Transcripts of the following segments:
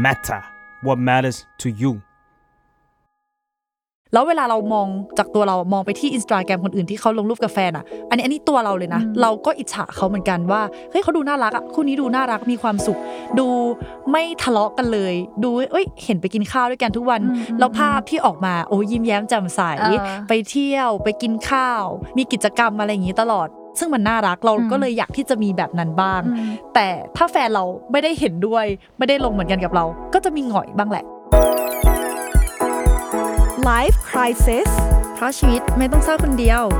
matter what matters to you แล้วเวลาเรามองจากตัวเรามองไปที่ Instagram คนอื่นที่เขาลงรูปกับแฟนอ่ะอันนี้ตัวเราเลยนะเราก็อิจฉาเขาเหมือนกันว่าเฮ้ยเขาดูน่ารักอ่ะคู่นี้ดูน่ารักมีความสุขดูไม่ทะเลาะกันเลยดูเห็นไปกินข้าวด้วยกันทุกวันแล้วภาพที่ออกมาโอ้ยิ้มแย้มแจ่มใสไปเที่ยวไปกินข้าวมีกิจกรรมอะไรอย่างนี้ตลอดซึ่งมันน่ารักเราก็เลยอยากที่จะมีแบบนั้นบ้างแต่ถ้าแฟนเราไม่ได้เห็นด้วยไม่ได้ลงเหมือนกันกับเราก็จะมีหงอยบ้างแหละ Life Crisis เพราะชีวิตไม่ต้องเศร้าคนเดียว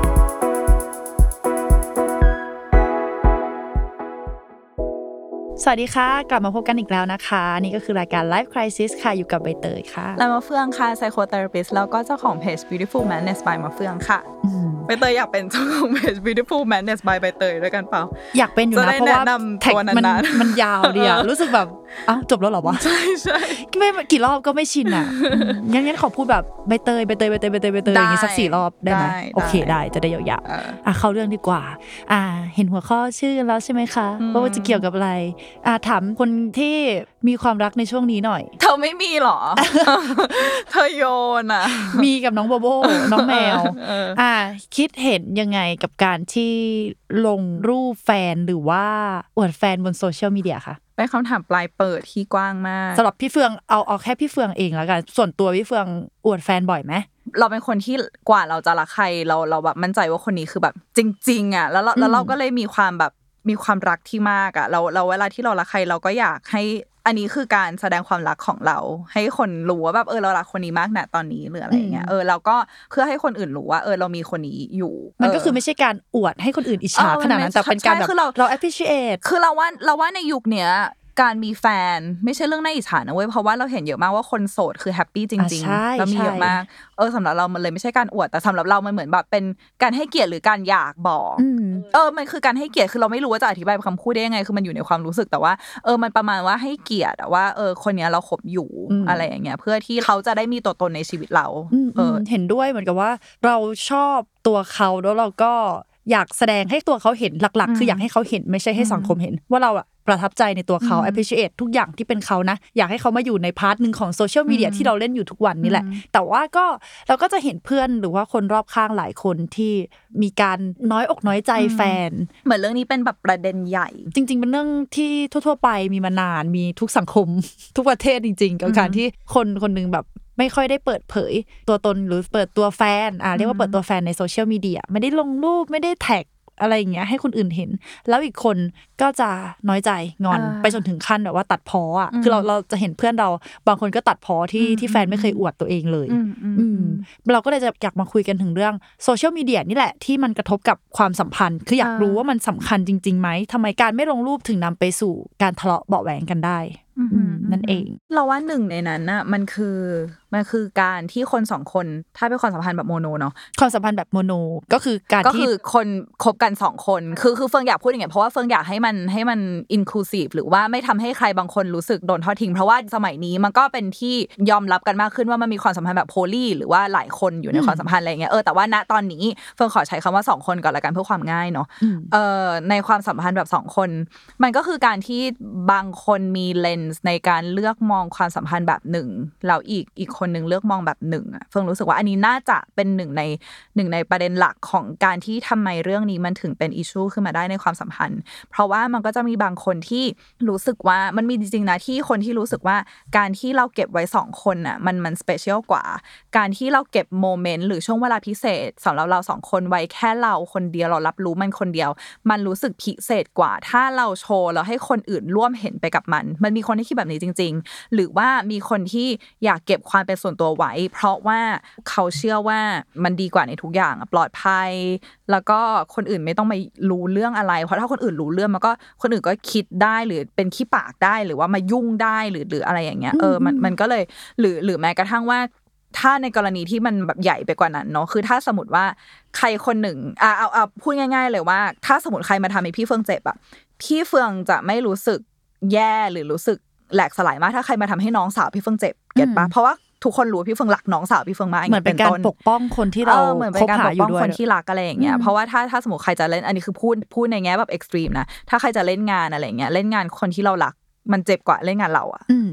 สวัสดีค่ะกลับมาพบกันอีกแล้วนะคะนี่ก็คือรายการ Life Crisis ค่ะอยู่กับใบเตยค่ะและมาเฟืองค่ะ Psychotherapist แล้วก็เจ้าของเพจ Beautiful Madness by มาเฟืองค่ะใบเตยอยากเป็นเจ้าของเพจ Beautiful Madness by ใบเตยด้วยกันเปล่าอยากเป็นอยู่นะเพราะว่าแท็กมันยาวดีอะรู้สึกแบบอ้าวจบแล้วเหรอวะใช่ๆไม่กี่รอบก็ไม่ชินอ่ะงั้นขอพูดแบบใบเตยอย่างงี้สัก4รอบได้มั้ยโอเคได้จะได้ยาวๆเข้าเรื่องดีกว่าเห็นหัวข้อชื่อแล้วใช่มั้ยคะว่าจะเกี่ยวกับอะไรถามคนที่มีความรักในช่วงนี้หน่อยเธอไม่มีหรอ เธอโยนอ่ะมีกับน้องโบโบน้องแมวคิดเห็นยังไงกับการที่ลงรูปแฟนหรือว่าอวดแฟนบนโซเชียลมีเดียคะเป็นคำถามปลายเปิดที่กว้างมากสำหรับพี่เฟืองเอาแค่พี่เฟืองเองแล้วกันส่วนตัวพี่เฟืองอวดแฟนบ่อยไหมเราเป็นคนที่กว่าเราจะรักใครเราแบบมั่นใจว่าคนนี้คือแบบจริงๆอ่ะแล้วเราก็เลยมีความรักที่มากอ่ะเราเวลาที่เรารักใครเราก็อยากให้อันนี้คือการแสดงความรักของเราให้คนรู้ว่าแบบเรารักคนนี้มากนะตอนนี้หรืออะไรอย่างเงี้ยเราก็เพื่อให้คนอื่นรู้ว่าเรามีคนนี้อยู่มันก็คือไม่ใช่การอวดให้คนอื่นอิจฉาขนาดนั้นแต่เป็นการแบบเรา appreciate คือเราว่าในยุคเนี้ยการมีแฟนไม่ใช่เรื่องน่าอิจฉานะเว้ยเพราะว่าเราเห็นเยอะมากว่าคนโสดคือแฮปปี้จริงๆแล้วมีเยอะมากสำหรับเรามันเลยไม่ใช่การอวดแต่สำหรับเรามันเหมือนแบบเป็นการให้เกียรติหรือการอยากบอกมันคือการให้เกียรติคือเราไม่รู้ว่าจะอธิบายเป็นคำพูดได้ยังไงคือมันอยู่ในความรู้สึกแต่ว่ามันประมาณว่าให้เกียรติว่าคนนี้เราคบอยู่อะไรอย่างเงี้ยเพื่อที่เขาจะได้มีตัวตนในชีวิตเราเห็นด้วยเหมือนกับว่าเราชอบตัวเขาแล้วเราก็อยากแสดงให้ตัวเขาเห็นหลักๆคืออยากให้เขาเห็นไม่ใช่ให้สังคมเห็นว่าเราประทับใจในตัวเขา appreciate ทุกอย่างที่เป็นเขานะอยากให้เขามาอยู่ในพาร์ทนึงของโซเชียลมีเดียที่เราเล่นอยู่ทุกวันนี่แหละแต่ว่าก็เราก็จะเห็นเพื่อนหรือว่าคนรอบข้างหลายคนที่มีการน้อยอกน้อยใจแฟนเหมือนเรื่องนี้เป็นแบบประเด็นใหญ่จริงๆเป็นเรื่องที่ทั่วๆไปมีมานานมีทุกสังคม ทุกประเทศจริงๆกับการที่คนนึงแบบไม่ค่อยได้เปิดเผยตัวตนหรือเปิดตัวแฟนเรียกว่าเปิดตัวแฟนในโซเชียลมีเดียไม่ได้ลงรูปไม่ได้แท็กอะไรอย่างเงี้ยให้คนอื่นเห็นแล้วอีกคนก็จะน้อยใจงอนไปจนถึงขั้นแบบว่าตัดพ้อคือเราจะเห็นเพื่อนเราบางคนก็ตัดพ้อที่แฟนไม่เคยอวดตัวเองเลยเราก็เลยจะอยากมาคุยกันถึงเรื่องโซเชียลมีเดียนี่แหละที่มันกระทบกับความสัมพันธ์คืออยากรู้ว่ามันสำคัญจริงๆไหมทำไมการไม่ลงรูปถึงนำไปสู่การทะเลาะเบาะแหวงกันได้นั่นเองเราว่าหนึ่งในนั้นน่ะมันคือการที่คนสองคนถ้าเป็นความสัมพันธ์แบบโมโนเนาะความสัมพันธ์แบบโมโนก็คือการที่คนคบกัน2คนคือเฟิงอยากพูดอย่างเงี้ยเพราะว่าเฟิงอยากให้มันอินคลูซีฟหรือว่าไม่ทำให้ใครบางคนรู้สึกโดนทอดทิ้งเพราะว่าสมัยนี้มันก็เป็นที่ยอมรับกันมากขึ้นว่ามันมีความสัมพันธ์แบบโพลีหรือว่าหลายคนอยู่ในความสัมพันธ์อะไรเงี้ยแต่ว่าณตอนนี้เฟิงขอใช้คำว่า2คนก่อนละกันเพื่อความง่ายเนาะในความสัมพันธ์แบบ2คนมันก็คือการที่บางคนมีเลนส์ในการเลือกมองความสัมพันธ์แบบหนึ่งแล้วอีกคนนึงเลือกมองแบบหนึ่งเฟิงรู้สึกว่าอันนี้น่าจะเป็นหนึ่งในประเด็นหลักของการที่ทำไมเรื่องนี้มันถึงเป็นอิชชูขึ้นมาได้ในความสัมพันธ์เพราะว่ามันก็จะมีบางคนที่รู้สึกว่ามันมีจริงๆนะที่คนที่รู้สึกว่าการที่เราเก็บไว้2คนน่ะมันสเปเชียลกว่าการที่เราเก็บโมเมนต์หรือช่วงเวลาพิเศษสำหรับเรา2คนไว้แค่เราคนเดียวเรารับรู้มันคนเดียวมันรู้สึกพิเศษกว่าถ้าเราโชว์แล้วให้คนอื่นร่วมเห็นไปกับมันมีคนที่คิดแบบนี้จริงๆหรือว่ามีคนที่อยากเก็บความเป็นส่วนตัวไว้เพราะว่าเขาเชื่อว่ามันดีกว่าในทุกอย่างปลอดภัยแล้วก็คนอื่นไม่ต้องมารู้เรื่องอะไรเพราะถ้าคนอื่นรู้เรื่องมันก็คนอื่นก็คิดได้หรือเป็นขี้ปากได้หรือว่ามายุ่งได้หรืออะไรอย่างเงี้ยมันก็เลยหรือแม้กระทั่งว่าถ้าในกรณีที่มันแบบใหญ่ไปกว่านั้นเนาะคือถ้าสมมติว่าใครคนหนึ่งเอาพูดง่ายๆเลยว่าถ้าสมมติใครมาทำให้พี่เฟืองเจ็บพี่เฟืองจะไม่รู้สึกแย่หรือรู้สึกแหลกสลายมากถ้าใครมาทำให้น้องสาวพี่เฟืองเจ็บเก็ทป่ะเพราะว่าทุกคนรู้พี่เฟืองรักน้องสาวพี่เฟืองมากเหมือนเป็นการปกป้องคนที่เราคบหาอยู่ด้วยคนที่รักอะไรอย่างเงี้ยเพราะว่าถ้าสมมติใครจะเล่นอันนี้คือพูดในแง่แบบเอ็กซ์ตรีมนะถ้าใครจะเล่นงานอะไรอย่างเงี้ยเล่นงานคนที่เรารักมันเจ็บกว่าเล่นงานเรา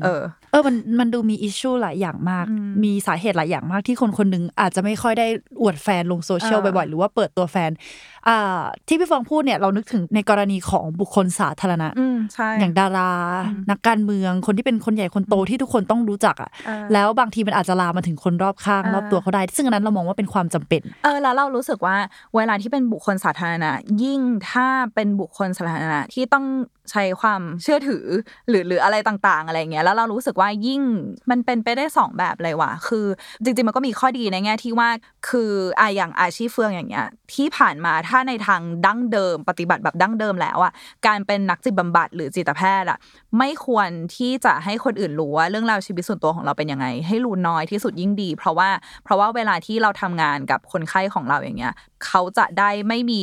มันดูมีอิชชูหลายอย่างมากมีสาเหตุหลายอย่างมากที่คนนึงอาจจะไม่ค่อยได้อวดแฟนลงโซเชียลบ่อยๆหรือว่าเปิดตัวแฟนที่พี่ฟองพูดเนี่ยเรานึกถึงในกรณีของบุคคลสาธารณะอย่างดารานักการเมืองคนที่เป็นคนใหญ่คนโตที่ทุกคนต้องรู้จักแล้วบางทีมันอาจจะลามมาถึงคนรอบข้างรอบตัวเขาได้ซึ่งอันนั้นเรามองว่าเป็นความจำเป็นแล้วเรารู้สึกว่าเวลาที่เป็นบุคคลสาธารณะยิ่งถ้าเป็นบุคคลสาธารณะที่ต้องใช้ความเชื่อถือหรืออะไรต่างๆอะไรเงี้ยแล้วเรารู้สึกว่ายิ่งมันเป็นไปได้2แบบเลยว่ะคือจริงๆมันก็มีข้อดีในแง่ที่ว่าคืออย่างอาชีพเฟืองอย่างเงี้ยที่ผ่านมาถ้าในทางดั้งเดิมปฏิบัติแบบดั้งเดิมแล้วอ่ะการเป็นนักจิตบำบัดหรือจิตแพทย์อ่ะไม่ควรที่จะให้คนอื่นรู้ว่าเรื่องราวชีวิตส่วนตัวของเราเป็นยังไงให้รู้น้อยที่สุดยิ่งดีเพราะว่าเวลาที่เราทำงานกับคนไข้ของเราอย่างเงี้ยเขาจะได้ไม่มี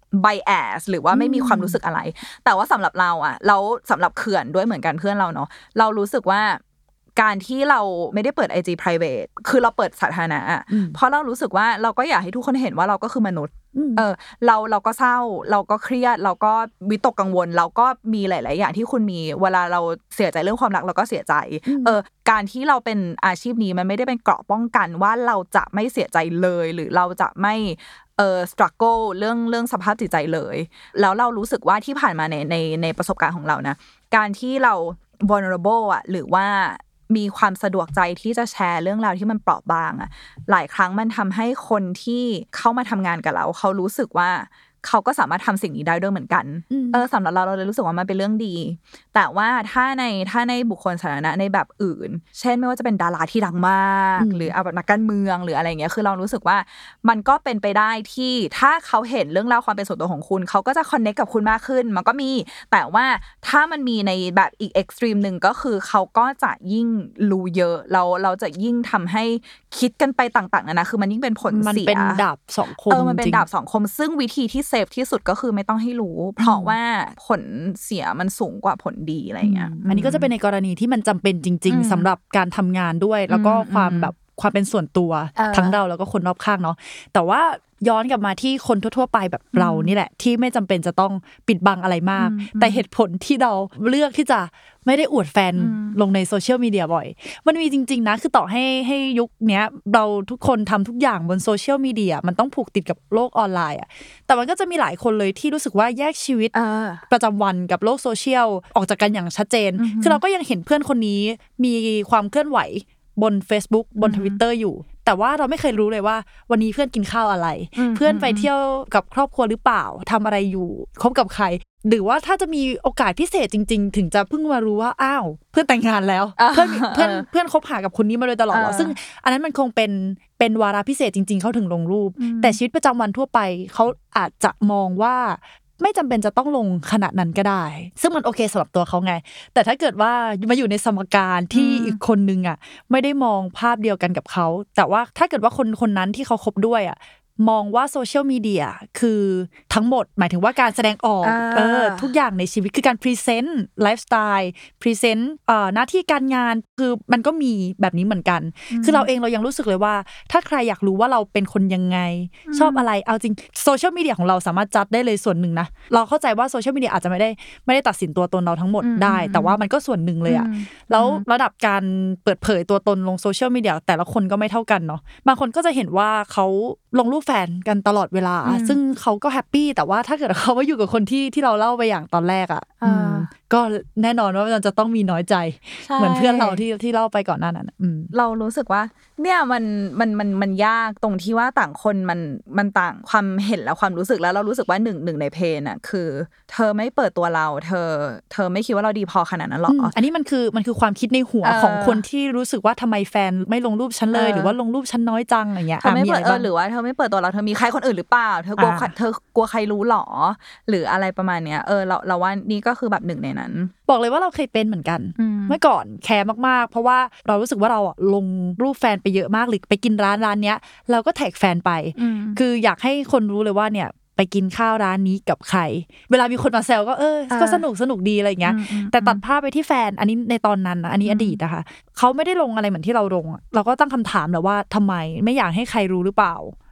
bias หรือว่าไม่มีความรู้สึกอะไรแต่ว่าสำหรับเราอ่ะแล้วสำหรับเขื่อนด้วยเหมือนกันเพื่อนเราเนาะเรารู้สึกว่าการที่เราไม่ได้เปิด IG private คือเราเปิดสาธารณะเพราะเรารู้สึกว่าเราก็อยากให้ทุกคนเห็นว่าเราก็คือมนุษย์เราก็เศร้าเราก็เครียดเราก็วิตกกังวลเราก็มีหลายๆอย่างที่คุณมีเวลาเราเสียใจเรื่องความรักเราก็เสียใจการที่เราเป็นอาชีพนี้มันไม่ได้เป็นเกราะป้องกันว่าเราจะไม่เสียใจเลยหรือเราจะไม่struggle เรื่องสภาพจิตใจเลยแล้วเรารู้สึกว่าที่ผ่านมาในประสบการณ์ของเรานะการที่เรา vulnerable อ่ะหรือว่ามีความสะดวกใจที่จะแชร์เรื่องราวที่มันเปราะบางอ่ะหลายครั้งมันทำให้คนที่เข้ามาทำงานกับเราเขารู้สึกว่าเขาก็สามารถทำสิ่งนี้ได้ด้วยเหมือนกันสำหรับเราเลยรู้สึกว่ามันเป็นเรื่องดีแต่ว่าถ้าในบุคคลสาธารณะในแบบอื่นเช่นไม่ว่าจะเป็นดาราที่ดังมากหรือแบบนักการเมืองหรืออะไรเงี้ยคือเรารู้สึกว่ามันก็เป็นไปได้ที่ถ้าเขาเห็นเรื่องราวความเป็นส่วนตัวของคุณเขาก็จะคอนเนคกับคุณมากขึ้นมันก็มีแต่ว่าถ้ามันมีในแบบอีกเอ็กซ์ตรีมนึงก็คือเขาก็จะยิ่งรู้เยอะเราจะยิ่งทำให้คิดกันไปต่างๆนะคือมันยิ่งเป็นผลเสียมันเป็นดาบ2 คมมันเป็นดาบ2 คมซึ่งวิธีที่เซฟที่สุดก็คือไม่ต้องให้รู้เพราะว่าผลเสียมันสูงกว่าผลดีอะไรเงี้ยอันนี้ก็จะเป็นในกรณีที่มันจำเป็นจริงๆสำหรับการทำงานด้วยแล้วก็ความเป็นส่วนตัวทั้งเราแล้วก็คนรอบข้างเนาะแต่ว่าย้อนกลับมาที่คนทั่วๆไปแบบเรานี่แหละที่ไม่จำเป็นจะต้องปิดบังอะไรมากแต่เหตุผลที่เราเลือกที่จะไม่ได้อวดแฟนลงในโซเชียลมีเดียบ่อยมันมีจริงๆนะคือต่อให้ยุคนี้เราทุกคนทำทุกอย่างบนโซเชียลมีเดียมันต้องผูกติดกับโลกออนไลน์อ่ะแต่มันก็จะมีหลายคนเลยที่รู้สึกว่าแยกชีวิตประจำวันกับโลกโซเชียลออกจากกันอย่างชัดเจนคือเราก็ยังเห็นเพื่อนคนนี้มีความเคลื่อนไหวบน Facebook บน Twitter อยู่แต่ว่าเราไม่เคยรู้เลยว่าวันนี้เพื่อนกินข้าวอะไรเพื่อนไปเที่ยวกับครอบครัวหรือเปล่าทำอะไรอยู่คบกับใครหรือว่าถ้าจะมีโอกาสพิเศษจริงๆถึงจะเพิ่งมารู้ว่าอ้าวเพื่อนแต่งงานแล้วเพื่อนคบหากับคนนี้มาโดยตลอดซึ่งอันนั้นมันคงเป็นวาระพิเศษจริงๆเขาถึงลงรูปแต่ชีวิตประจำวันทั่วไปเขาอาจจะมองว่าไม่จำเป็นจะต้องลงขนาดนั้นก็ได้ซึ่งมันโอเคสำหรับตัวเขาไงแต่ถ้าเกิดว่ามาอยู่ในสมการที่อีกคนนึงอ่ะไม่ได้มองภาพเดียวกันกับเขาแต่ว่าถ้าเกิดว่าคนนั้นที่เขาคบด้วยอ่ะมองว่าโซเชียลมีเดียคือทั้งหมดหมายถึงว่าการแสดงออกทุกอย่างในชีวิตคือการพรีเซนต์ไลฟ์สไตล์พรีเซนต์หน้าที่การงานคือมันก็มีแบบนี้เหมือนกันคือเราเองเรายังรู้สึกเลยว่าถ้าใครอยากรู้ว่าเราเป็นคนยังไงชอบอะไรเอาจริงโซเชียลมีเดียของเราสามารถจัดได้เลยส่วนหนึ่งนะเราเข้าใจว่าโซเชียลมีเดียอาจจะไม่ได้ตัดสินตัวตนเราทั้งหมดได้แต่ว่ามันก็ส่วนหนึ่งเลยอะแล้วระดับการเปิดเผยตัวตนลงโซเชียลมีเดียแต่ละคนก็ไม่เท่ากันเนาะบางคนก็จะเห็นว่าเขาลงรูปแฟนกันตลอดเวลาซึ่งเขาก็แฮปปี้แต่ว่าถ้าเกิดเขาว่าอยู่กับคนที่เราเล่าไปอย่างตอนแรกอ่ะก็แน่นอนว่ามันจะต้องมีน้อยใจเหมือนเพื่อนเราที่เล่าไปก่อนหน้านั้นเรารู้สึกว่าเนี่ยมันยากตรงที่ว่าต่างคนมันต่างความเห็นและความรู้สึกแล้วเรารู้สึกว่าหนึ่งในเพนอ่ะคือเธอไม่เปิดตัวเราเธอไม่คิดว่าเราดีพอขนาดนั้นหรออันนี้มันคือความคิดในหัวของคนที่รู้สึกว่าทำไมแฟนไม่ลงรูปฉันเลยหรือว่าลงรูปฉันน้อยจังอะไรเงี้ยเธอไม่เปิดหรือว่าเธอไม่เปิดตัวเราเธอมีใครคนอื่นหรือเปล่าเธอกลัวใครรู้หรอหรืออะไรประมาณเนี้ยเราว่านี่ก็คือแบบหนึ่งในนั้นบอกเลยว่าเราเคยเป็นเหมือนกันเมื่อก่อนแคร์มากๆเพราะว่าเรารู้สึกว่าเราลงรูปแฟนไปเยอะมากหรือไปกินร้านเนี้ยเราก็แท็กแฟนไปคืออยากให้คนรู้เลยว่าเนี่ยไปกินข้าวร้านนี้กับใครเวลามีคนมาแซวก็สนุกดีอะไรอย่างเงี้ยแต่ตัดภาพไปที่แฟนอันนี้ในตอนนั้นนะอันนี้อดีตนะคะเขาไม่ได้ลงอะไรเหมือนที่เราลงเราก็ตั้งคำถามแหละว่าทำไมไม่อยากให้ใครรู้หรือเปล่า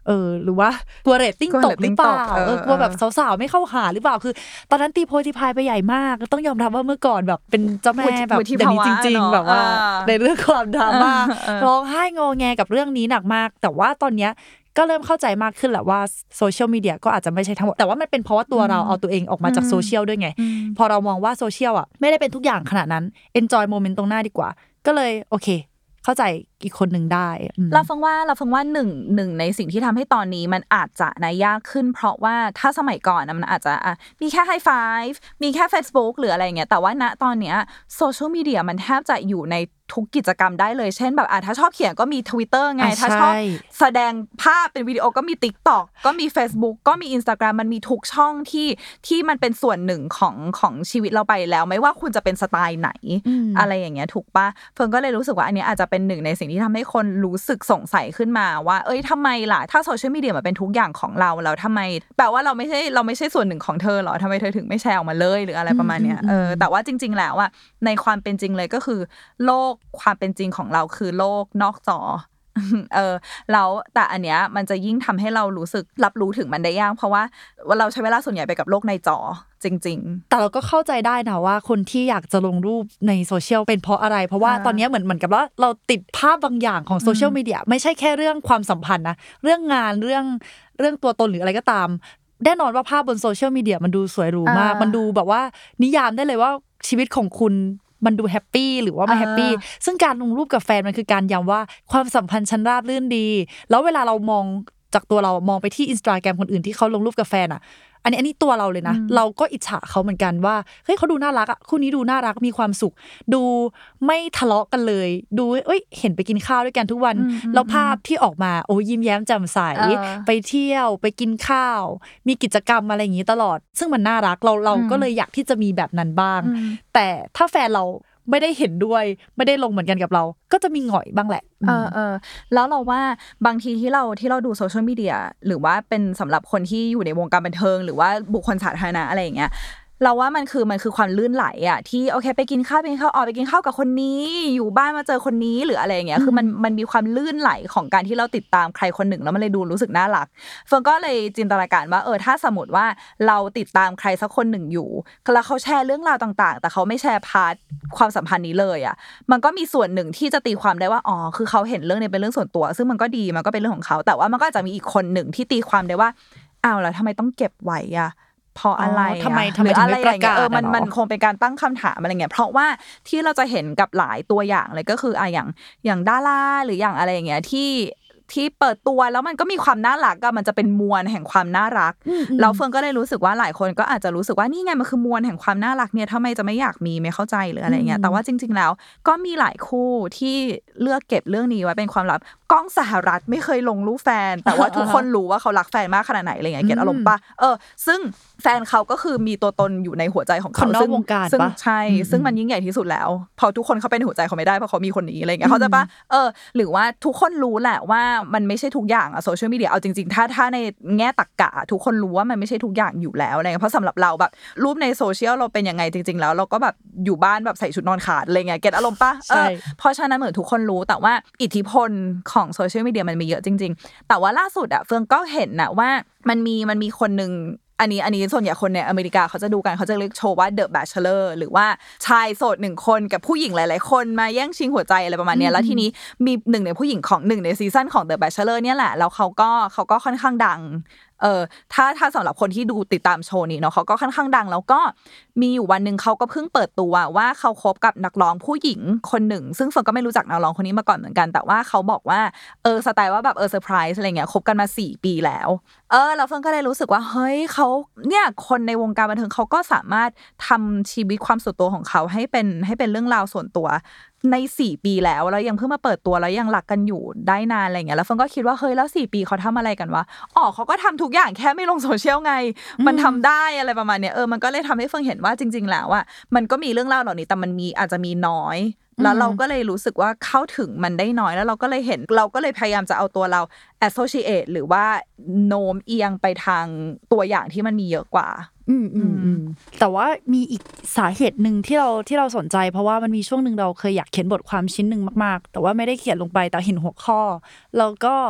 หรือว่ากลัวเรตติ้งตกหรือเปล่ากลัวแบบสาวๆไม่เข้าหาหรือเปล่าคือตอนนั้นตีโพยตีพายไปใหญ่มากต้องยอมรับว่าเมื่อก่อนแบบเป็นเจ้าแม่แบบเดี๋ยวนี้จริงๆแบบว่าในเรื่องความดราม่าร้องไห้งอแงกับเรื่องนี้หนักมากแต่ว่าตอนเนี้ยก็เริ่มเข้าใจมากขึ้นแหละว่าโซเชียลมีเดียก็อาจจะไม่ใช่ทั้งหมดแต่ว่ามันเป็นเพราะว่าตัวเราเอาตัวเองออกมาจากโซเชียลด้วยไงพอเรามองว่าโซเชียลอ่ะไม่ได้เป็นทุกอย่างขนาดนั้น enjoy moment ตรงหน้าดีกว่าก็เลยโอเคเข้าใจอีกคนหนึ่งได้เราฟังว่าหนึ่งในสิ่งที่ทำให้ตอนนี้มันอาจจะยากขึ้นเพราะว่าถ้าสมัยก่อนมันอาจจะมีแค่ High Five มีแค่ Facebook หรืออะไรเงี้ยแต่ว่าณตอนเนี้ยโซเชียลมีเดียมันแทบจะอยู่ในทุกกิจกรรมได้เลยเช่นแบบถ้าชอบเขียนก็มี Twitter ไงถ้าชอบแสดงภาพเป็นวิดีโอก็มี TikTok ก็มี Facebook ก็มี Instagram มันมีทุกช่องที่มันเป็นส่วนหนึ่งของชีวิตเราไปแล้วไม่ว่าคุณจะเป็นสไตล์ไหนอะไรอย่างเงี้ยถูกปะเฟิร์นก็เลยรู้สึกว่าอันนี้อาจจะเป็นหนึ่งในสิ่งที่ทำให้คนรู้สึกสงสัยขึ้นมาว่าทำไมล่ะถ้าโซเชียลมีเดียมันเป็นทุกอย่างของเราแล้วทำไมแปลว่าเราไม่ใช่ส่วนหนึ่งของเธอหรอทำไมเธอถึงไม่แชร์ออกมาเลยหรืออะไรประมาณเนี้ยแต่ว่าจริงๆแล้วในความเป็นจริงเลยก็คือโลกความเป็นจริงของเราคือโลกนอกจอแล้วแต่อันเนี้ยมันจะยิ่งทำให้เรารู้สึกรับรู้ถึงมันได้ยากเพราะว่าเราใช้เวลาส่วนใหญ่ไปกับโลกในจอจริงๆแต่เราก็เข้าใจได้นะว่าคนที่อยากจะลงรูปในโซเชียลเป็นเพราะอะไรเพราะว่าตอนนี้เหมือนกับว่าเราติดภาพบางอย่างของโซเชียลมีเดียไม่ใช่แค่เรื่องความสัมพันธ์นะเรื่องงานเรื่องตัวตนหรืออะไรก็ตามแน่นอนว่าภาพบนโซเชียลมีเดียมันดูสวยหรูมากมันดูแบบว่านิยามได้เลยว่าชีวิตของคุณมันดูแฮปปี้หรือว่าไม่แฮปปี้ซึ่งการลงรูปกับแฟนมันคือการย้ำว่าความสัมพันธ์ฉันราบรื่นดีแล้วเวลาเรามองจากตัวเรามองไปที่ Instagram คนอื่นที่เขาลงรูปกับแฟนอ่ะอันนี้ตัวเราเลยนะเราก็อิจฉาเขาเหมือนกันว่าเฮ้ยเขาดูน่ารักอ่ะคู่นี้ดูน่ารักมีความสุขดูไม่ทะเลาะกันเลยดูเห็นไปกินข้าวด้วยกันทุกวันแล้วภาพที่ออกมาโอ้ยิ้มแย้มแจ่มใสไปเที่ยวไปกินข้าวมีกิจกรรมอะไรอย่างนี้ตลอดซึ่งมันน่ารักเราก็เลยอยากที่จะมีแบบนั้นบ้างแต่ถ้าแฟนเราไม่ได้เห็นด้วยไม่ได้ลงเหมือนกันกับเราก็จะมีหงอยบ้างแหละแล้วเราว่าบางทีที่เราดูโซเชียลมีเดียหรือว่าเป็นสำหรับคนที่อยู่ในวงการบันเทิงหรือว่าบุคคลสาธารณะอะไรอย่างเงี้ยเราว่ามันคือความลื่นไหลอ่ะที่โอเคไปกินข้าวไปกินข้าวกับคนนี้อยู่บ้านมาเจอคนนี้หรืออะไรอย่างเงี้ยคือมันมีความลื่นไหลของการที่เราติดตามใครคนหนึ่งแล้วมันเลยดูรู้สึกน่ารักเฟิร์นก็เลยจินตนาการว่าถ้าสมมติว่าเราติดตามใครสักคนหนึ่งอยู่แล้วเขาแชร์เรื่องราวต่างๆแต่เขาไม่แชร์พาร์ทความสัมพันธ์นี้เลยอ่ะมันก็มีส่วนหนึ่งที่จะตีความได้ว่าคือเขาเห็นเรื่องนี้เป็นเรื่องส่วนตัวซึ่งมันก็ดีมันก็เป็นเรื่องของเขาแต่ว่ามันก็อาจจะมีอีกคนหนึ่งที่ตีความได้ว่าอ้าวแล้วทำไมต้องเก็บไว้อ่ะเพราะอะไรทำไมหรืออะไรอย่างเงี้ยมันคงเป็นการตั้งคำถามอะไรเงี้ยเพราะว่าที่เราจะเห็นกับหลายตัวอย่างเลยก็คืออย่างดาราหรืออย่างอะไรอย่างเงี้ยที่เปิดตัวแล้วมันก็มีความน่ารักมันจะเป็นมวลแห่งความน่ารักแล้วเฟิร์นก็เลยรู้สึกว่าหลายคนก็อาจจะรู้สึกว่านี่ไงมันคือมวลแห่งความน่ารักเนี่ยทำไมจะไม่อยากมีไม่เข้าใจหรืออะไรเงี้ยแต่ว่าจริงๆแล้วก็มีหลายคู่ที่เลือกเก็บเรื่องนี้ไว้เป็นความลับก้องสหรัฐไม่เคยลงรูปแฟนแต่ว่าทุกคนรู้ว่าเขารักแฟนมากขนาดไหนอะไรเงี้ยเก็ตอารมณ์ป่ะซึ่งแฟนเขาก็คือมีตัวตนอยู่ในหัวใจของเขาซึ่งใช่ซึ่งมันยิ่งใหญ่ที่สุดแล้วพอทุกคนเขาเป็นหัวใจเขาไม่ได้เพราะเขามีคนนี้อะไรเงี้ยเขาจะป่ะหรือว่าทุกคนรู้แหละว่ามันไม่ใช่ทุกอย่างโซเชียลมีเดียเอาจริงๆถ้าในแง่ตรรกะทุกคนรู้ว่ามันไม่ใช่ทุกอย่างอยู่แล้วอะไรเงี้ยเพราะสำหรับเราแบบรูปในโซเชียลเราเป็นยังไงจริงๆแล้วเราก็แบบอยู่บ้านแบบใส่ชุดนอนขาดอะไรเงี้ยเก็ตอารมณ์ป่ะเพราะฉะนั้นเหมือนทุกคนรู้แต่ว่าอิทธิพลของโซเชียลมีเดียมันมีเยอะจริงๆแต่ว่าล่าสุดเฟืองก็เห็นนะว่ามันมีคนนึงอันนี้ส่วนใหญ่คนในอเมริกาเขาจะดูกันเขาจะเรียกโชว์ว่า The Bachelor หรือว่าชายโสด1คนกับผู้หญิงหลายๆคนมาแย่งชิงหัวใจอะไรประมาณนี้แล้วทีนี้มีหนึ่งในผู้หญิงของ1ในซีซั่นของ The Bachelor เนี่ยแหละแล้วเขาก็ค่อนข้างดังถ้าสำหรับคนที่ดูติดตามโชว์นี้เนาะเขาก็ค่อนข้างดังแล้วก็มีอยู่วันนึงเขาก็เพิ่งเปิดตัวว่าเขาคบกับนักร้องผู้หญิงคนหนึ่งซึ่งเฟิร์นก็ไม่รู้จักนักร้องคนนี้มาก่อนเหมือนกันแต่ว่าเขาบอกว่าสไตล์ว่าแบบเซอร์ไพรส์อะไรเงี้ยคบกันมา4ปีแล้วแล้วเฟิร์นก็เลยรู้สึกว่าเฮ้ยเขาเนี่ยคนในวงการบันเทิงเขาก็สามารถทำชีวิตความส่วนตัวของเขาให้เป็นเรื่องราวส่วนตัวใน4ปีแล้วยังเพิ่งมาเปิดตัวแล้วยังรักกันอยู่ได้นานอะไรเงี้ยแล้วเฟิร์นก็คิดว่าเฮ้ยแล้ว4ปีเขาทำอะไรกันวะเขาก็ทำทุกอย่างแค่ไม่ลงโซเชียลไงมันทำได้อะไรประมาณเนี้ยมันก็เลยทำให้เฟิร์นเห็นว่าจริงๆแล้วอ่ะมันก็มีเรื่องเล่าเหล่านี้แต่มันอาจจะมีน้อยแล้วเราก็เลยรู้สึกว่าเข้าถึงมันได้น้อยแล้วเราก็เลยพยายามจะเอาตัวเรา associate หรือว่าโน้มเอียงไปทางตัวอย่างที่มันมีเยอะกว่าแต่ว่ามีอีกสาเหตุหนึ่งที่เราสนใจเพราะว่ามันมีช่วงนึงเราเคยอยากเขียนบทความชิ้นนึงมากๆแต่ว่าไม่ได้เขียนลงไปแต่เห็นหัวข้อแล้วก็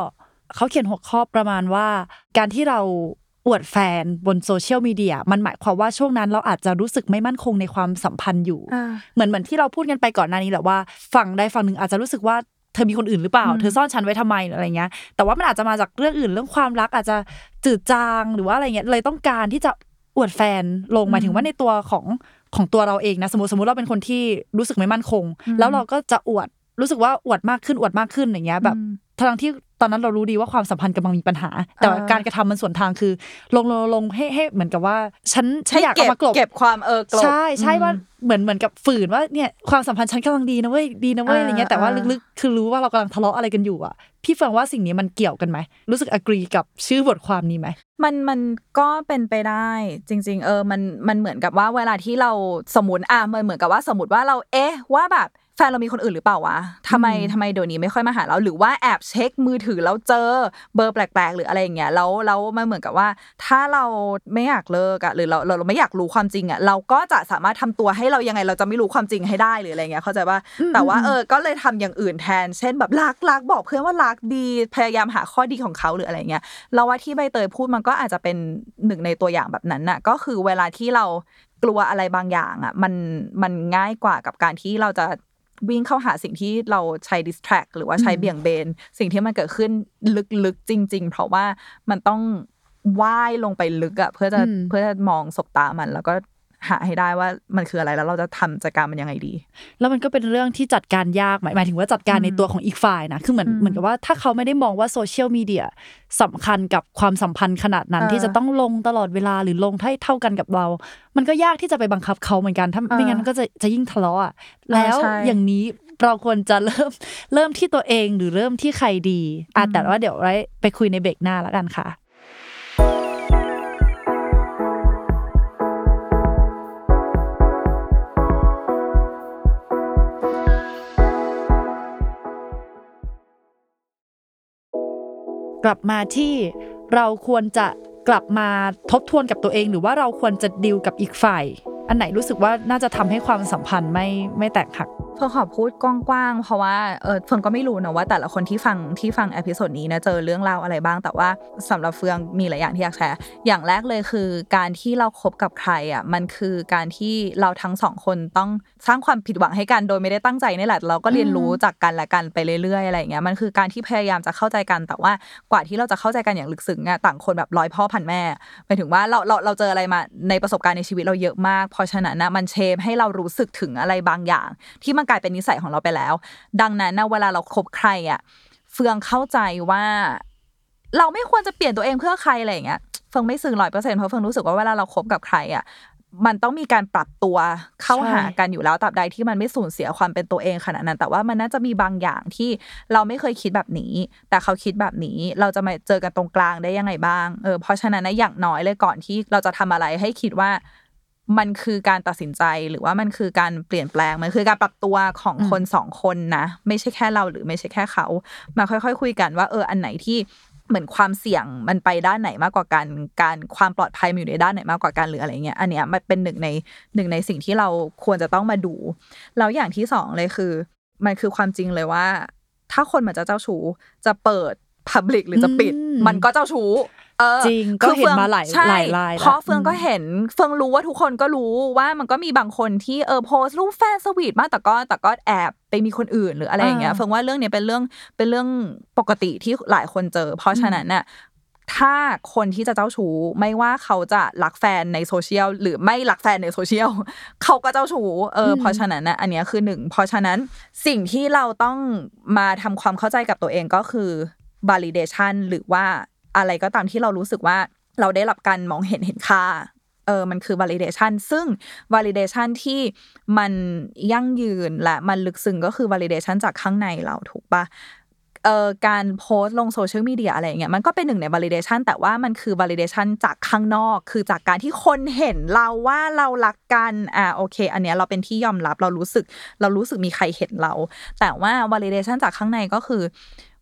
เขาเขียนหัวข้อประมาณว่าการที่เราอวดแฟนบนโซเชียลมีเดียมันหมายความว่าช่วงนั้นเราอาจจะรู้สึกไม่มั่นคงในความสัมพันธ์อยู่เหมือนที่เราพูดกันไปก่อนหน้านี้แหละว่าฝั่งใดฝั่งหนึ่งอาจจะรู้สึกว่าเธอมีคนอื่นหรือเปล่าเธอซ่อนฉันไว้ทำไมอะไรเงี้ยแต่ว่ามันอาจจะมาจากเรื่องอื่นเรื่องความรักอาจจะจืดจางหรือว่าอะไรเงี้ยเลยต้องการที่จะอวดแฟนลงหมายถึงว่าในตัวของตัวเราเองนะสมมติเราเป็นคนที่รู้สึกไม่มั่นคงแล้วเราก็จะอวดรู้สึกว่าอวดมากขึ้นอย่างเงี้ยแบบทั้งที่ตอนนั้นเรารู้ดีว่าความสัมพันธ์กำลังมีปัญหาแต่การกระทำมันส่วนทางคือลงให้เหมือนกับว่าฉันอยากเอามากลบเก็บความกลบใช่ว่าเหมือนกับฝืนว่าเนี่ยความสัมพันธ์ฉันกำลังดีนะเว้ยอะไรเงี้ยแต่ว่าลึกๆคือรู้ว่าเรากำลังทะเลาะอะไรกันอยู่อ่ะพี่เฟิงว่าสิ่งนี้มันเกี่ยวกันไหมรู้สึก agree กับชื่อบทความนี้ไหมมันก็เป็นไปได้จริงๆมันเหมือนกับว่าเวลาที่เราสมมุติมันเหมือนกับว่าสมมุติว่าเราว่าแบบแฟนเรามีคนอื่นหรือเปล่าวะทำไมเดี๋ยวนี้ไม่ค่อยมาหาเราหรือว่าแอบเช็คมือถือแล้วเจอเบอร์แปลกๆหรืออะไรอย่างเงี้ยแล้วมันเหมือนกับว่าถ้าเราไม่อยากเลิกอ่ะหรือเราไม่อยากรู้ความจริงอ่ะเราก็จะสามารถทำตัวให้เรายังไงเราจะไม่รู้ความจริงให้ได้หรืออะไรเงี้ยเข้าใจป่ะแต่ว่าก็เลยทำอย่างอื่นแทนเช่นแบบรักบอกเพื่อนว่ารักดีพยายามหาข้อดีของเขาหรืออะไรเงี้ยเราว่าที่ใบเตยพูดมันก็อาจจะเป็นหนึ่งในตัวอย่างแบบนั้นน่ะก็คือเวลาที่เรากลัวอะไรบางอย่างอ่ะมันง่ายกว่ากับการที่เราจะวิ่งเข้าหาสิ่งที่เราใช้ distract หรือว่าใช้เบี่ยงเบนสิ่งที่มันเกิดขึ้นลึกๆจริงๆเพราะว่ามันต้องว่ายลงไปลึกอ่ะเพื่อจะมองสบตามันแล้วก็หาให้ได้ว่ามันคืออะไรแล้วเราจะทำจัดการมันยังไงดีแล้วมันก็เป็นเรื่องที่จัดการยากหมายถึงว่าจัดการในตัวของอีกฝ่ายนะคือเหมือนกับว่าถ้าเขาไม่ได้มองว่าโซเชียลมีเดียสำคัญกับความสัมพันธ์ขนาดนั้นที่จะต้องลงตลอดเวลาหรือลงเท่ากันกับเรามันก็ยากที่จะไปบังคับเขาเหมือนกันถ้าไม่งั้นก็จะยิ่งทะเลาะแล้วอย่างนี้เราควรจะเริ่มที่ตัวเองหรือเริ่มที่ใครดีแต่ว่าเดี๋ยวไปคุยในเบรกหน้าแล้วกันค่ะกลับมาที่เราควรจะกลับมาทบทวนกับตัวเองหรือว่าเราควรจะดีลกับอีกฝ่ายอันไหนรู้สึกว่าน่าจะทำให้ความสัมพันธ์ไม่แตกหักเฟิงขอพูดกว้างๆเพราะว่าเฟิงก็ไม่รู้นะว่าแต่ละคนที่ฟังเอพิโซดนี้นะเจอเรื่องราวอะไรบ้างแต่ว่าสำหรับเฟืองมีหลายอย่างที่อยากแชร์อย่างแรกเลยคือการที่เราคบกับใครอ่ะมันคือการที่เราทั้งสองคนต้องสร้างความผิดหวังให้กันโดยไม่ได้ตั้งใจนี่แหละเราก็เรียนรู้จากกันและกันไปเรื่อยๆอะไรอย่างเงี้ยมันคือการที่พยายามจะเข้าใจกันแต่ว่ากว่าที่เราจะเข้าใจกันอย่างลึกซึ้งอ่ะต่างคนแบบร้อยพ่อพันแม่หมายถึงว่าเราเจออะไรมาในประสบการณ์ในชีวิตเราเยอะมากเพราะฉะนั้นนะมันเชฟให้เรารู้สึกถึงอะไรบางอย่างที่มันกลายเป็นนิสัยของเราไปแล้วดังนั้นนะเวลาเราคบใครอ่ะเฟืองเข้าใจว่าเราไม่ควรจะเปลี่ยนตัวเองเพื่อใครอะไรอย่างเงี้ยเฟืองไม่ซึ้ง 100% เพราะเฟืองรู้สึกว่าเวลาเราคบกับใครอ่ะมันต้องมีการปรับตัวเข้าหากันอยู่แล้วตราบใดที่มันไม่สูญเสียความเป็นตัวเองขนาดนั้นแต่ว่ามันน่าจะมีบางอย่างที่เราไม่เคยคิดแบบนี้แต่เขาคิดแบบนี้เราจะมาเจอกันตรงกลางได้ยังไงบ้างเพราะฉะนั้นนะอย่างน้อยเลยก่อนที่เราจะทำอะไรให้คิดว่ามันคือการตัดสินใจหรือว่ามันคือการเปลี่ยนแปลงมันคือการปรับตัวของคนสองคนนะไม่ใช่แค่เราหรือไม่ใช่แค่เขามาค่อยๆคุยกันว่าอันไหนที่เหมือนความเสี่ยงมันไปด้านไหนมากกว่ากันการความปลอดภัยมันอยู่ในด้านไหนมากกว่ากันหรืออะไรเงี้ยอันเนี้ยมันเป็นหนึ่งในสิ่งที่เราควรจะต้องมาดูแล้วอย่างที่สองเลยคือมันคือความจริงเลยว่าถ้าคนมันจะเจ้าชู้จะเปิด public หรือจะปิดมันก็เจ้าชู้จริงก็เห็นมาหลายรายเพราะเฟืองก็เห็นเฟืองรู้ว่าทุกคนก็รู้ว่ามันก็มีบางคนที่โพสต์รูปแฟนสวีทมากแต่ก็แอบไปมีคนอื่นหรืออะไรอย่างเงี้ยเฟืองว่าเรื่องนี้เป็นเรื่องปกติที่หลายคนเจอเพราะฉะนั้นน่ะถ้าคนที่จะเจ้าชู้ไม่ว่าเขาจะรักแฟนในโซเชียลหรือไม่รักแฟนในโซเชียลเขาก็เจ้าชู้เพราะฉะนั้นนะอันนี้คือ1เพราะฉะนั้นสิ่งที่เราต้องมาทำความเข้าใจกับตัวเองก็คือ validation หรือว่าอะไรก็ตามที่เรารู้สึกว่าเราได้รับการมองเห็นค่ามันคือ validation ซึ่ง validation ที่มันยั่งยืนและมันลึกซึ้งก็คือ validation จากข้างในเราถูกปะการโพสต์ลงโซเชียลมีเดียอะไรอย่างเงี้ยมันก็เป็นหนึ่งใน validation แต่ว่ามันคือ validation จากข้างนอกคือจากการที่คนเห็นเราว่าเรารักกันโอเคอันเนี้ยเราเป็นที่ยอมรับเรารู้สึกมีใครเห็นเราแต่ว่า validation จากข้างในก็คือ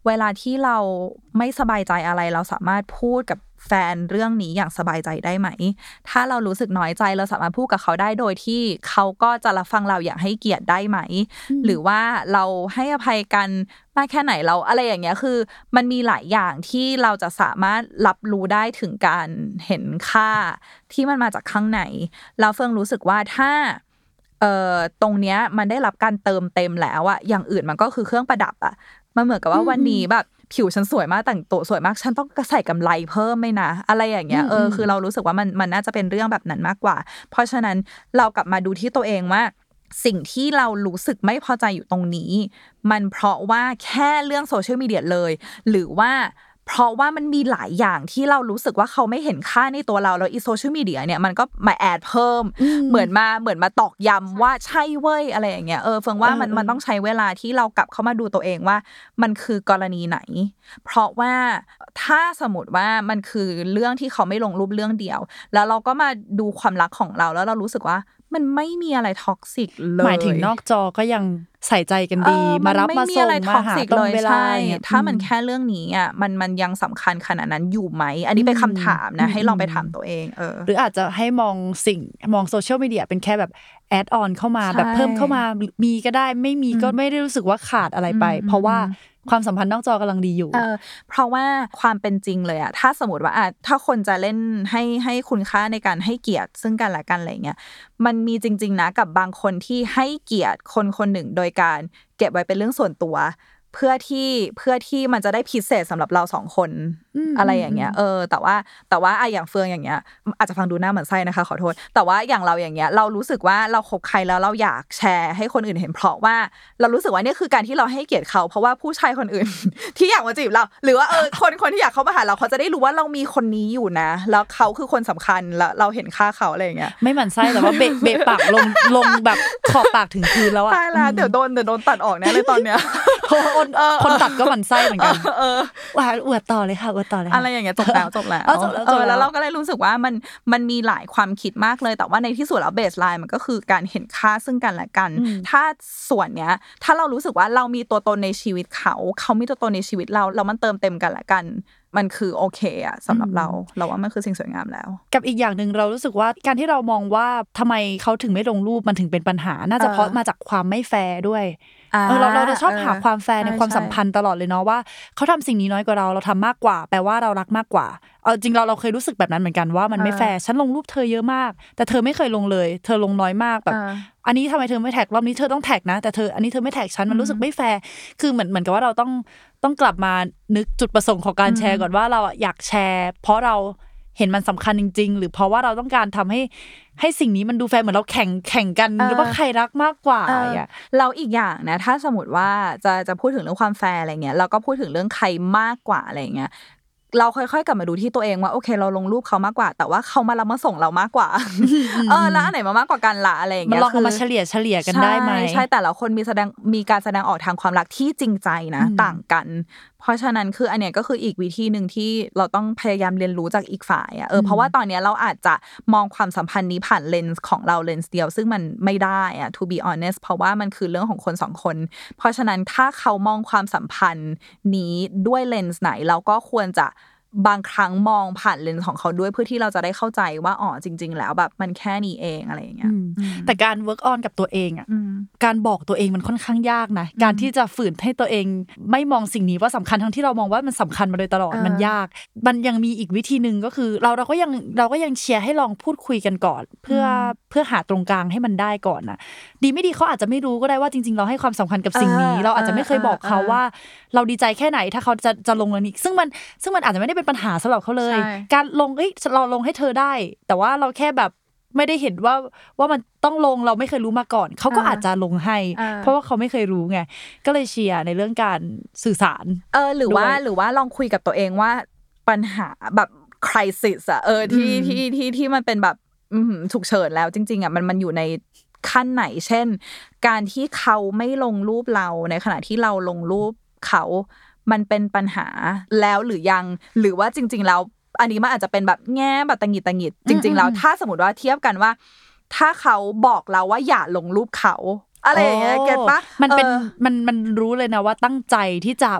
เวลาที่เราไม่สบายใจอะไรเราสามารถพูดกับแฟนเรื่องนี้อย่างสบายใจได้ไหมถ้าเรารู้สึกน้อยใจเราสามารถพูดกับเขาได้โดยที่เขาก็จะรับฟังเราอย่างให้เกียรติได้ไหมหรือว่าเราให้อภัยกันมากแค่ไหนเราอะไรอย่างเงี้ยคือมันมีหลายอย่างที่เราจะสามารถรับรู้ได้ถึงการเห็นค่าที่มันมาจากข้างในแล้วเฟื่องรู้สึกว่าถ้าตรงเนี้ยมันได้รับการเติมเต็มแล้วอะอย่างอื่นมันก็คือเครื่องประดับอะมันเหมือนกับว่าวันนี้แบบผิวฉันสวยมากแต่งตัวสวยมากฉันต้องใส่กำไรเพิ่มไหมนะอะไรอย่างเงี้ยคือเรารู้สึกว่ามันน่าจะเป็นเรื่องแบบนั้นมากกว่าเพราะฉะนั้นเรากลับมาดูที่ตัวเองว่าสิ่งที่เรารู้สึกไม่พอใจอยู่ตรงนี้มันเพราะว่าแค่เรื่องโซเชียลมีเดียเลยหรือว่าเพราะว่ามันมีหลายอย่างที่เรารู้สึกว่าเขาไม่เห็นค่าในตัวเราแล้วอีโซเชียลมีเดียเนี่ยมันก็มาแอดเพิ่มเหมือนมาตอกย้ำว่าใช่เว้ยอะไรอย่างเงี้ยเฟิงว่ามันต้องใช้เวลาที่เรากลับเข้ามาดูตัวเองว่ามันคือกรณีไหนเพราะว่าถ้าสมมติว่ามันคือเรื่องที่เขาไม่ลงรูปเรื่องเดียวแล้วเราก็มาดูความรักของเราแล้วเรารู้สึกว่ามันไม่มีอะไรท็อกซิกเลยหมายถึงนอกจอก็ยังใส่ใจกันดีมารับมาส่งมาหาตรงเวลาถ้ามันแค่เรื่องนี้อ่ะมันยังสำคัญขนาดนั้นอยู่ไหมอันนี้เป็นคำถามนะให้ลองไปถามตัวเองหรืออาจจะให้มองโซเชียลมีเดียเป็นแค่แบบแอดออนเข้ามาแบบเพิ่มเข้ามามีก็ได้ไม่มีก็ไม่ได้รู้สึกว่าขาดอะไรไปเพราะว่าความสัมพันธ์นอกจอกำลังดีอยู่เพราะว่าความเป็นจริงเลยอะถ้าสมมติว่าถ้าคนจะเล่นให้คุณค่าในการให้เกียรติซึ่งกันและกันอะไรเงี้ยมันมีจริงๆนะกับบางคนที่ให้เกียรติคนคนหนึ่งโดยการเก็บไว้เป็นเรื่องส่วนตัวเพื่อที่มันจะได้พิเศษสำหรับเราสองคนอะไรอย่างเงี้ยแต่ว่าอย่างเฟืองอย่างเงี้ยอาจจะฟังดูหน้าเหมือนไส้นะคะขอโทษแต่ว่าอย่างเราอย่างเงี้ยเรารู้สึกว่าเราคบใครแล้วเราอยากแชร์ให้คนอื่นเห็นเพราะว่าเรารู้สึกว่านี่คือการที่เราให้เกียรติเขาเพราะว่าผู้ชายคนอื่น ที่อยากมาจีบเราหรือว่าคนที่อยากเข้ามาหาเราเขาจะได้รู้ว่าเรามีคนนี้อยู่นะแล้วเขาคือคนสำคัญแล้วเราเห็นค่าเขาอะไรอย่างเงี้ยไม่หมั่นไส้แต่ว่าเบะปากลงแบบขอบปากถึงพื้นแล้วอะตายแล้วเดี๋ยวโดนตัดออกแน่เลยตอนเนี้ยคนตัดก็หมั่นไส้เหมือนกันอวดต่อเลยค่ะอวดต่อเลยอะไรอย่างเงี้ยจบแล้วแล้วเราก็เลยรู้สึกว่ามันมีหลายความคิดมากเลยแต่ว่าในที่สุดแล้วเบสไลน์มันก็คือการเห็นค่าซึ่งกันและกันถ้าส่วนเนี้ยถ้าเรารู้สึกว่าเรามีตัวตนในชีวิตเขามีตัวตนในชีวิตเราแล้วมันเติมเต็มกันและกันมันคือโอเคอะสำหรับเราว่ามันคือสิ่งสวยงามแล้วกับอีกอย่างนึงเรารู้สึกว่าการที่เรามองว่าทำไมเขาถึงไม่ลงรูปมันถึงเป็นปัญหาน่าจะเพราะมาจากความไม่แฟร์ด้วยเราจะชอบหาความแฟร์ในความสัมพันธ์ตลอดเลยเนาะว่าเขาทำสิ่งนี้น้อยกว่าเราทำมากกว่าแปลว่าเรารักมากกว่าจริงเราเคยรู้สึกแบบนั้นเหมือนกันว่ามันไม่แฟร์ฉันลงรูปเธอเยอะมากแต่เธอไม่เคยลงเลยเธอลงน้อยมากแบบอันนี้ทำไมเธอไม่แท็กรอบนี้เธอต้องแท็กนะแต่อันนี้เธอไม่แท็กฉันมันรู้สึกไม่แฟร์คือเหมือนกับว่าเราต้องกลับมานึกจุดประสงค์ของการแชร์ก่อนว่าเราอยากแชร์เพราะเราเห็นมันสำคัญจริงๆหรือเพราะว่าเราต้องการทำให้สิ่งนี้มันดูแฟร์เหมือนเราแข่งกันหรือว่าใครรักมากกว่าเราอีกอย่างนะถ้าสมมติว่าจะพูดถึงเรื่องความแฟร์อะไรเงี้ยเราก็พูดถึงเรื่องใครมากกว่าอะไรเงี้ยเราค่อยๆกลับมาดูที่ตัวเองว่าโอเคเราลงรูปเขามากกว่าแต่ว่าเขามารับมาส่งเรามากกว่าแล้วอันไหนมากกว่ากันละอะไรอย่างเงี้ยลองเอามาเฉลี่ยกันได้ไหมใช่แต่ละคนมีการแสดงออกทางความรักที่จริงใจนะต่างกันเพราะฉะนั้นคืออันเนี้ยก็คืออีกวิธีนึงที่เราต้องพยายามเรียนรู้จากอีกฝ่ายเพราะว่าตอนนี้เราอาจจะมองความสัมพันธ์นี้ผ่านเลนส์ของเราเลนส์เดียวซึ่งมันไม่ได้to be honest เพราะว่ามันคือเรื่องของคนสองคนเพราะฉะนั้นถ้าเขามองความสัมพันธ์นี้ด้วยเลนส์ไหนเราก็ควรจะบางครั้งมองผ่านเลนส์ของเขาด้วยเพื่อที่เราจะได้เข้าใจว่าจริงๆแล้วแบบมันแค่นี้เองอะไรอย่างเงี้ยแต่การ work on กับตัวเองการบอกตัวเองมันค่อนข้างยากนะการที่จะฝืนให้ตัวเองไม่มองสิ่งนี้ว่าสำคัญทั้งที่เรามองว่ามันสำคัญมาโดยตลอดมันยากมันยังมีอีกวิธีนึงก็คือเราก็ยังเชียร์ให้ลองพูดคุยกันก่อนเพื่อหาตรงกลางให้มันได้ก่อนนะดีไม่ดีเขาอาจจะไม่รู้ก็ได้ว่าจริงๆเราให้ความสำคัญกับสิ่งนี้เราอาจจะไม่เคยบอกเขาว่าเราดีใจแค่ไหนถ้าเขาจะลงอันนี้ซึ่งมันอาจจะไม่ได้เป็นปัญหาสำหรับเขาเลยการลงเราลงให้เธอได้แต่ว่าเราแค่แบบไม่ได้เห็นว่ามันต้องลงเราไม่เคยรู้มาก่อนเขาก็อาจจะลงให้เพราะว่าเขาไม่เคยรู้ไงก็เลยเชียร์ในเรื่องการสื่อสารหรือว่าลองคุยกับตัวเองว่าปัญหาแบบ crisis ที่มันเป็นแบบฉุกเฉินแล้วจริงๆมันอยู่ในขั้นไหนเช่นการที่เขาไม่ลงรูปเราในขณะที่เราลงรูปเขามันเป็นปัญหาแล้วหรือยังหรือว่าจริงๆแล้วอันนี้มันอาจจะเป็นแบบแง่แบบตังหิดจริงๆแล้วถ้าสมมติว่าเทียบกันว่าถ้าเขาบอกเราว่าอย่าลงรูปเขาอะไรอย่างเงี้ยเก็ทปะมันเป็นมันรู้เลยนะว่าตั้งใจที่จะ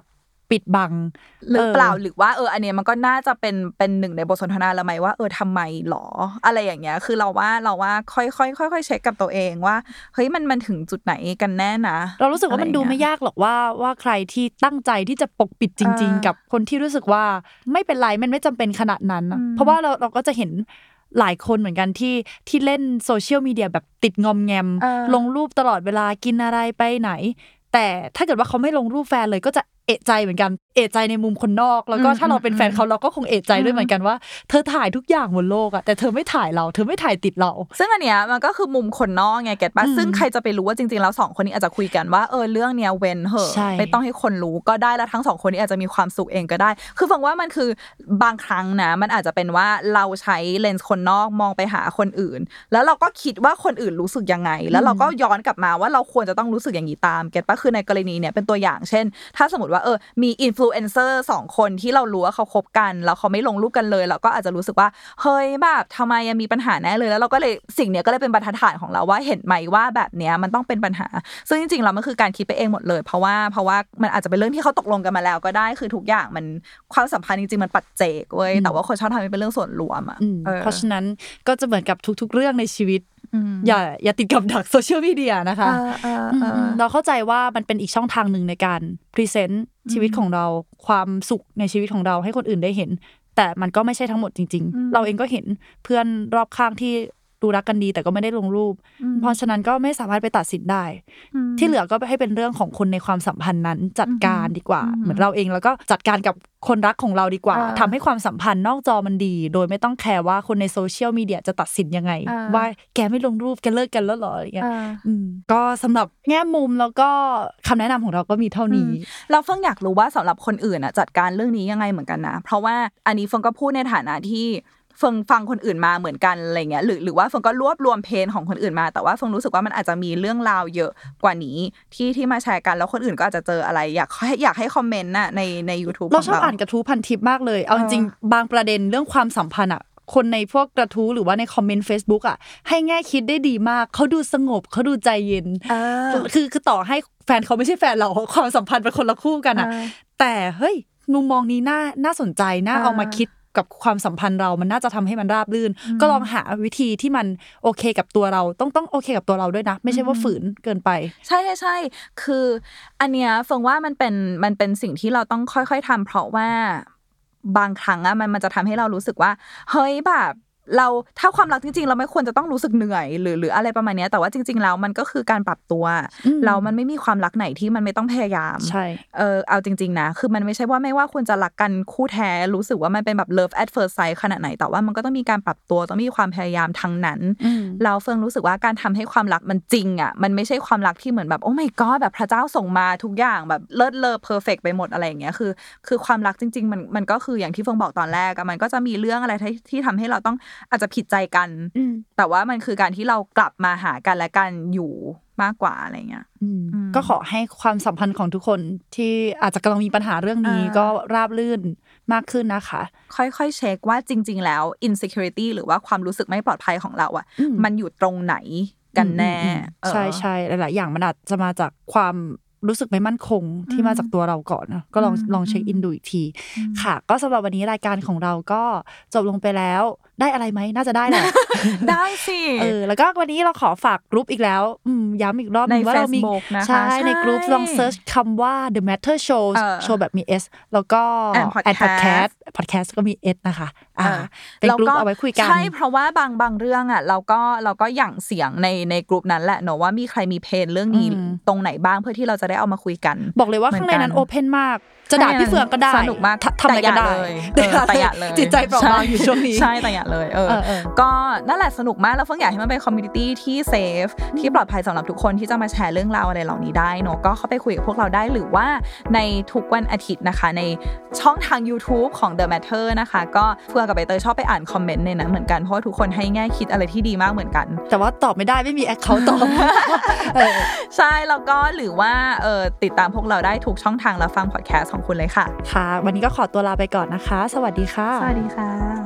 ปิดบังหรือเปล่าหรือว่าอันเนี้ยมันก็น่าจะเป็นหนึ่งในบทสนทนาละไหมว่าทำไมหรออะไรอย่างเงี้ยคือเราว่าค่อยๆเช็คกับตัวเองว่าเฮ้ยมันถึงจุดไหนกันแน่นะเรารู้สึกว่ามันดูไม่ยากหรอกว่าใครที่ตั้งใจที่จะปกปิดจริงๆกับคนที่รู้สึกว่าไม่เป็นไรมันไม่จำเป็นขนาดนั้นเพราะว่าเราก็จะเห็นหลายคนเหมือนกันที่เล่นโซเชียลมีเดียแบบติดงอมแงมลงรูปตลอดเวลากินอะไรไปไหนแต่ถ้าเกิดว่าเขาไม่ลงรูปแฟนเลยก็จะเอะใจเหมือนกันเอะใจในมุมคนนอกแล้วก็ถ้าเราเป็นแฟนเขาเราก็คงเอะใจด้วยเหมือนกันว่าเธอถ่ายทุกอย่างบนโลกอะแต่เธอไม่ถ่ายเราเธอไม่ถ่ายติดเราซึ่งอันเนี้ยมันก็คือมุมคนนอกไงเก็ทป่ะซึ่งใครจะไปรู้ว่าจริงๆแล้ว2คนนี้อาจจะคุยกันว่าเรื่องเนี้ยเว้นเหอะไม่ต้องให้คนรู้ก็ได้แล้วทั้ง2คนนี้อาจจะมีความสุขเองก็ได้คือฟังว่ามันคือบางครั้งนะมันอาจจะเป็นว่าเราใช้เลนส์คนนอกมองไปหาคนอื่นแล้วเราก็คิดว่าคนอื่นรู้สึกยังไงแล้วเราก็ย้อนกลับมาว่าเราควรจะต้องรู้สึกอย่างนี้ตามเก็ทป่ะคือในกรณีเนี้ยเป็นตัวอย่างเช่นถ้าสมมติว่ามีอินฟลูเอนเซอร์2คนที่เรารู้ว่าเขาคบกันแล้วเขาไม่ลงรูปกันเลยเราก็อาจจะรู้สึกว่าเฮ้ยแบบทำไมยังมีปัญหาแน่เลยแล้วเราก็เลยสิ่งเนี้ยก็เลยเป็นบรรทัดฐานของเราว่าเห็นไหมว่าแบบเนี้ยมันต้องเป็นปัญหาซึ่งจริงๆแล้วมันคือการคิดไปเองหมดเลยเพราะว่ามันอาจจะเป็นเรื่องที่เขาตกลงกันมาแล้วก็ได้คือทุกอย่างมันความสัมพันธ์จริงๆมันปัจเจกเว้ยแต่ว่าคนชอบทำให้เป็นเรื่องส่วนรวมอ่ะเพราะฉะนั้นก็จะเหมือนกับทุกๆเรื่องในชีวิตอย่าติดกับดักโซเชียลมีเดียนะคะเราเข้าใจว่ามันเป็นอีกช่องทางนึงในการพรีเซนต์ชีวิตของเราความสุขในชีวิตของเราให้คนอื่นได้เห็นแต่มันก็ไม่ใช่ทั้งหมดจริงๆเราเองก็เห็นเพื่อนรอบข้างที่ดูรักกันดีแต่ก็ไม่ได้ลงรูปเพราะฉะนั้นก็ไม่สามารถไปตัดสินได้ที่เหลือก็ให้เป็นเรื่องของคนในความสัมพันธ์นั้นจัดการดีกว่าเหมือนเราเองแล้วก็จัดการกับคนรักของเราดีกว่าทำให้ความสัมพันธ์นอกจอมันดีโดยไม่ต้องแคร์ว่าคนในโซเชียลมีเดียจะตัดสินยังไงว่าแกไม่ลงรูปแกเลิกกันแล้วหรออะไรเงี้ยก็สำหรับแง่มุมแล้วก็คำแนะนำของเราก็มีเท่านี้เราเฟิงอยากรู้ว่าสำหรับคนอื่นจัดการเรื่องนี้ยังไงเหมือนกันนะเพราะว่าอันนี้เฟิงก็พูดในฐานะที่เฟิงฟังคนอื่นมาเหมือนกันอะไรเงี้ยหรือว่าเฟิงก็รวบรวมเพนของคนอื่นมาแต่ว่าเฟิงรู้สึกว่ามันอาจจะมีเรื่องราวเยอะกว่านี้ที่มาแชร์กันแล้วคนอื่นก็อาจจะเจออะไรอยากให้คอมเมนต์น่ะใน YouTube เราชอบอ่านกระทู้พันทิปมากเลยเอาจริงๆบางประเด็นเรื่องความสัมพันธ์อ่ะคนในพวกกระทู้หรือว่าในคอมเมนต์ Facebook อ่ะให้แง่คิดได้ดีมากเขาดูสงบเขาดูใจเย็นคือต่อให้แฟนเขาไม่ใช่แฟนเราความสัมพันธ์เป็นคนละคู่กันอ่ะแต่เฮ้ยมุมมองนี้น่าสนใจน่าเอามาคิดกับความสัมพันธ์เรามันน่าจะทำให้มันราบรื่นก็ลองหาวิธีที่มันโอเคกับตัวเราต้องโอเคกับตัวเราด้วยนะไม่ใช่ว่าฝืนเกินไปใช่คืออันเนี้ยเฟิงว่ามันเป็นสิ่งที่เราต้องค่อยๆทำเพราะว่าบางครั้งอะมันจะทำให้เรารู้สึกว่าเฮ้ยแบบเราถ้าความรักจริงๆเราไม่ควรจะต้องรู้สึกเหนื่อยหรืออะไรประมาณนี้แต่ว่าจริงๆแล้วมันก็คือการปรับตัวเรามันไม่มีความรักไหนที่มันไม่ต้องพยายามใช่เอาจริงๆนะคือมันไม่ใช่ว่าไม่ว่าคุณจะรักกันคู่แท้รู้สึกว่ามันเป็นแบบ love at first sight ขนาดไหนแต่ว่ามันก็ต้องมีการปรับตัวต้องมีความพยายามทั้งนั้นเราเฟิงรู้สึกว่าการทำให้ความรักมันจริงอ่ะมันไม่ใช่ความรักที่เหมือนแบบโอ้ my god แบบพระเจ้าส่งมาทุกอย่างแบบเลิศเลอ perfect ไปหมดอะไรอย่างเงี้ยคือความรักจริงๆมันก็คืออย่างที่เฟิงบอกตอนแรกมันก็จะมีเรื่องอะไรที่ทำให้เราต้องอาจจะผิดใจกันแต่ว่ามันคือการที่เรากลับมาหากันและกันอยู่มากกว่าอะไรเงี้ยก็ขอให้ความสัมพันธ์ของทุกคนที่อาจจะกำลังมีปัญหาเรื่องนี้ก็ราบรื่นมากขึ้นนะคะค่อยๆเช็คว่าจริงๆแล้ว insecurity หรือว่าความรู้สึกไม่ปลอดภัยของเราอ่ะมันอยู่ตรงไหนกันแน่ใช่ๆหลายๆอย่างมันอาจจะมาจากความรู้สึกไม่มั่นคงที่มาจากตัวเราก่อนนะก็ลองเช็คอินดูอีกทีค่ะก็สำหรับวันนี้รายการของเราก็จบลงไปแล้วได้อะไรไหมน่าจะได้แหละได้สิแล้วก็วันนี้เราขอฝากกลุ่มอีกแล้วย้ำอีกรอบนึงว่าเรามีใช่ในกลุ่มลองเซิร์ชคำว่า The Matter Show โชว์แบบมี S แล้วก็ and podcast ก็มี S นะคะเป็นกลุ่มเอาไว้คุยกันใช่เพราะว่าบางเรื่องอ่ะเราก็หยั่งเสียงในกลุ่มนั้นแหละเนอะว่ามีใครมีเพนเรื่องนี้ตรงไหนบ้างเพื่อที่เราจะได้เอามาคุยกันบอกเลยว่าข้างในนั้นโอเพนมากจะด่าพี่เฟืองก็ได้สนุกมากทำอะไรก็ได้แต่อย่าเลยจิตใจเปราะบางอยู่ช่วงนี้ใช่แต่อย่าเลยก็นั่นแหละสนุกมากแล้วเฟื่องอยากให้มันเป็นคอมมูนิตี้ที่เซฟที่ปลอดภัยสำหรับทุกคนที่จะมาแชร์เรื่องราวอะไรเหล่านี้ได้เนอะก็เข้าไปคุยกับพวกเราได้หรือว่าในทุกวันอาทิตย์นะคะในช่องทาง YouTube ของ The Matter นะคะก็เฟื่องกับใบเตยชอบไปอ่านคอมเมนต์ในนั้นเหมือนกันเพราะว่าทุกคนให้แง่คิดอะไรที่ดีมากเหมือนกันแต่ว่าตอบไม่ได้ไม่มีแอคเคาท์ตอบใช่แล้วก็หรือว่าติดตามพวกเราได้ทุกช่องทางแล้วฟังพอดแคสต์ของคุณเลยค่ะค่ะวันนี้ก็ขอตัวลาไปก่อนนะคะสวัสดีค่ะสวัสดีค่ะ